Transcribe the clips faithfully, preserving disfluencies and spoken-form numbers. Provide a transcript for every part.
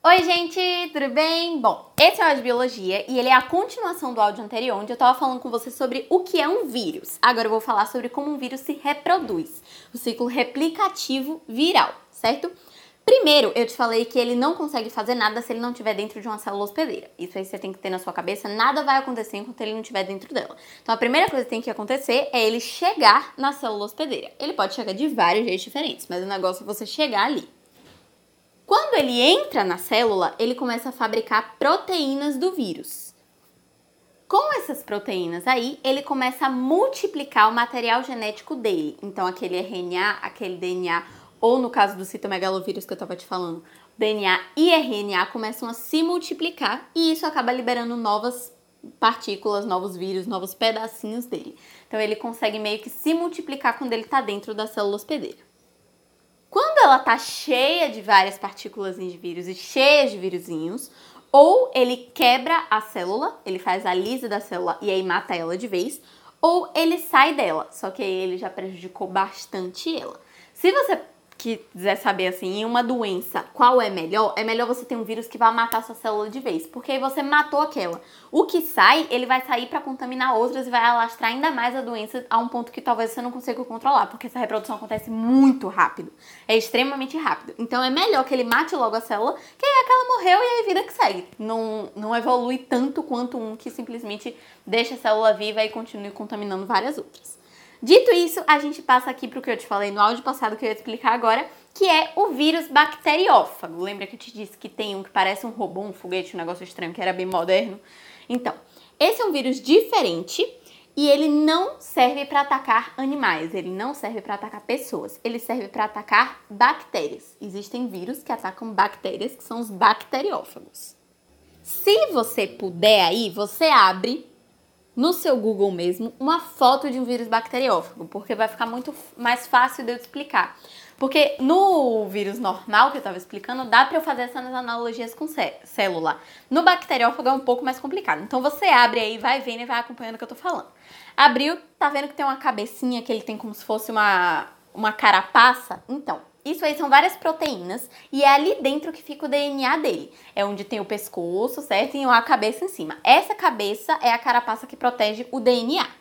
Oi gente, tudo bem? Bom, esse é o áudio de biologia e ele é a continuação do áudio anterior, onde eu tava falando com você sobre o que é um vírus. Agora eu vou falar sobre como um vírus se reproduz, o ciclo replicativo viral, certo? Primeiro, eu te falei que ele não consegue fazer nada se ele não estiver dentro de uma célula hospedeira. Isso aí você tem que ter na sua cabeça, nada vai acontecer enquanto ele não estiver dentro dela. Então a primeira coisa que tem que acontecer é ele chegar na célula hospedeira. Ele pode chegar de vários jeitos diferentes, mas o negócio é você chegar ali. Quando ele entra na célula, ele começa a fabricar proteínas do vírus. Com essas proteínas aí, ele começa a multiplicar o material genético dele. Então, aquele R N A, aquele D N A, ou no caso do citomegalovírus que eu estava te falando, D N A e R N A começam a se multiplicar e isso acaba liberando novas partículas, novos vírus, novos pedacinhos dele. Então, ele consegue meio que se multiplicar quando ele está dentro da célula hospedeira. Quando ela tá cheia de várias partículas de vírus e cheia de vírusinhos, ou ele quebra a célula, ele faz a lise da célula e aí mata ela de vez, ou ele sai dela, só que aí ele já prejudicou bastante ela. Se você quiser saber assim, em uma doença, qual é melhor, é melhor você ter um vírus que vai matar sua célula de vez, porque aí você matou aquela. O que sai, ele vai sair para contaminar outras e vai alastrar ainda mais a doença a um ponto que talvez você não consiga controlar, porque essa reprodução acontece muito rápido, é extremamente rápido. Então é melhor que ele mate logo a célula, que aí aquela morreu e aí a vida que segue. Não, não evolui tanto quanto um que simplesmente deixa a célula viva e continue contaminando várias outras. Dito isso, a gente passa aqui para o que eu te falei no áudio passado que eu ia te explicar agora, que é o vírus bacteriófago. Lembra que eu te disse que tem um que parece um robô, um foguete, um negócio estranho, que era bem moderno? Então, esse é um vírus diferente e ele não serve para atacar animais, ele não serve para atacar pessoas, ele serve para atacar bactérias. Existem vírus que atacam bactérias, que são os bacteriófagos. Se você puder aí, você abre no seu Google mesmo, uma foto de um vírus bacteriófago, porque vai ficar muito mais fácil de eu te explicar. Porque no vírus normal que eu estava explicando, dá para eu fazer essas analogias com célula. No bacteriófago é um pouco mais complicado. Então você abre aí, vai vendo e vai acompanhando o que eu tô falando. Abriu, tá vendo que tem uma cabecinha que ele tem como se fosse uma, uma carapaça? Então, isso aí são várias proteínas e é ali dentro que fica o D N A dele. É onde tem o pescoço, certo? E a cabeça em cima. Essa cabeça é a carapaça que protege o D N A.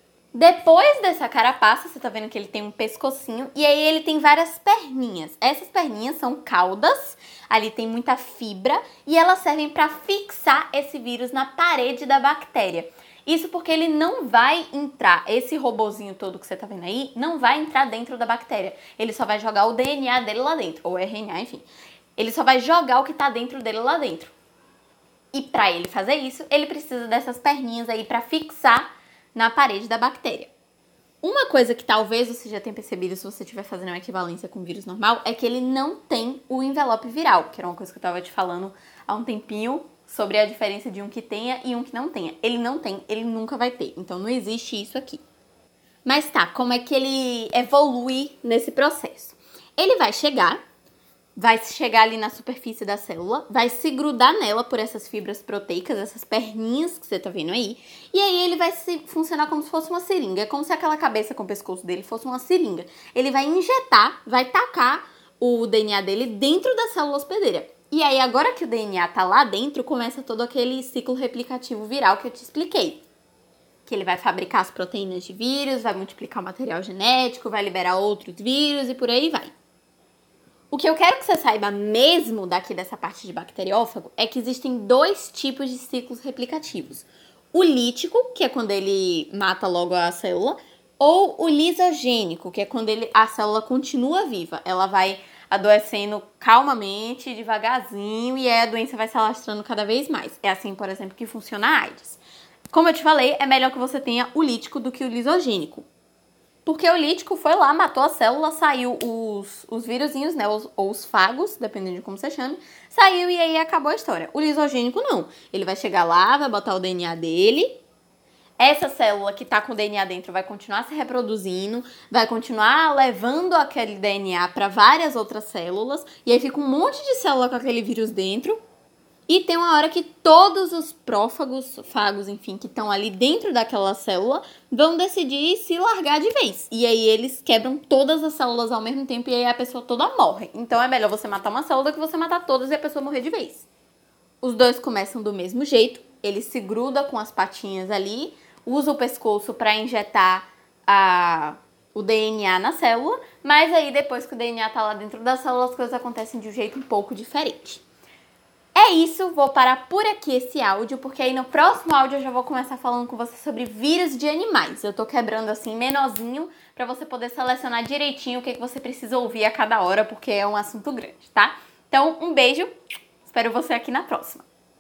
Depois dessa carapaça, você tá vendo que ele tem um pescocinho e aí ele tem várias perninhas. Essas perninhas são caudas, ali tem muita fibra e elas servem para fixar esse vírus na parede da bactéria. Isso porque ele não vai entrar, esse robozinho todo que você tá vendo aí, não vai entrar dentro da bactéria. Ele só vai jogar o D N A dele lá dentro, ou R N A, enfim. Ele só vai jogar o que tá dentro dele lá dentro. E pra ele fazer isso, ele precisa dessas perninhas aí pra fixar na parede da bactéria. Uma coisa que talvez você já tenha percebido se você estiver fazendo uma equivalência com o vírus normal, é que ele não tem o envelope viral, que era uma coisa que eu tava te falando há um tempinho, sobre a diferença de um que tenha e um que não tenha. Ele não tem, ele nunca vai ter. Então não existe isso aqui. Mas tá, como é que ele evolui nesse processo? Ele vai chegar, vai chegar ali na superfície da célula, vai se grudar nela por essas fibras proteicas, essas perninhas que você tá vendo aí, e aí ele vai se funcionar como se fosse uma seringa. É como se aquela cabeça com o pescoço dele fosse uma seringa. Ele vai injetar, vai tacar o D N A dele dentro da célula hospedeira. E aí, agora que o D N A tá lá dentro, começa todo aquele ciclo replicativo viral que eu te expliquei. Que ele vai fabricar as proteínas de vírus, vai multiplicar o material genético, vai liberar outros vírus e por aí vai. O que eu quero que você saiba mesmo daqui dessa parte de bacteriófago é que existem dois tipos de ciclos replicativos. O lítico, que é quando ele mata logo a célula, ou o lisogênico, que é quando ele, a célula continua viva. Ela vai adoecendo calmamente, devagarzinho, e aí a doença vai se alastrando cada vez mais. É assim, por exemplo, que funciona a AIDS. Como eu te falei, é melhor que você tenha o lítico do que o lisogênico. Porque o lítico foi lá, matou a célula, saiu os, os vírusinhos, né, os, ou os fagos, dependendo de como você chame, saiu e aí acabou a história. O lisogênico não. Ele vai chegar lá, vai botar o D N A dele. Essa célula que tá com o D N A dentro vai continuar se reproduzindo, vai continuar levando aquele D N A para várias outras células, e aí fica um monte de célula com aquele vírus dentro, E tem uma hora que todos os prófagos, fagos, enfim, que estão ali dentro daquela célula, vão decidir se largar de vez. E aí eles quebram todas as células ao mesmo tempo e aí a pessoa toda morre. Então é melhor você matar uma célula do que você matar todas e a pessoa morrer de vez. Os dois começam do mesmo jeito, ele se gruda com as patinhas ali, usa o pescoço para injetar a... o D N A na célula, mas aí depois que o D N A tá lá dentro da célula, as coisas acontecem de um jeito um pouco diferente. É isso, vou parar por aqui esse áudio, porque aí no próximo áudio eu já vou começar falando com você sobre vírus de animais. Eu tô quebrando assim menorzinho pra você poder selecionar direitinho o que, que você precisa ouvir a cada hora, porque é um assunto grande, tá? Então, um beijo, espero você aqui na próxima.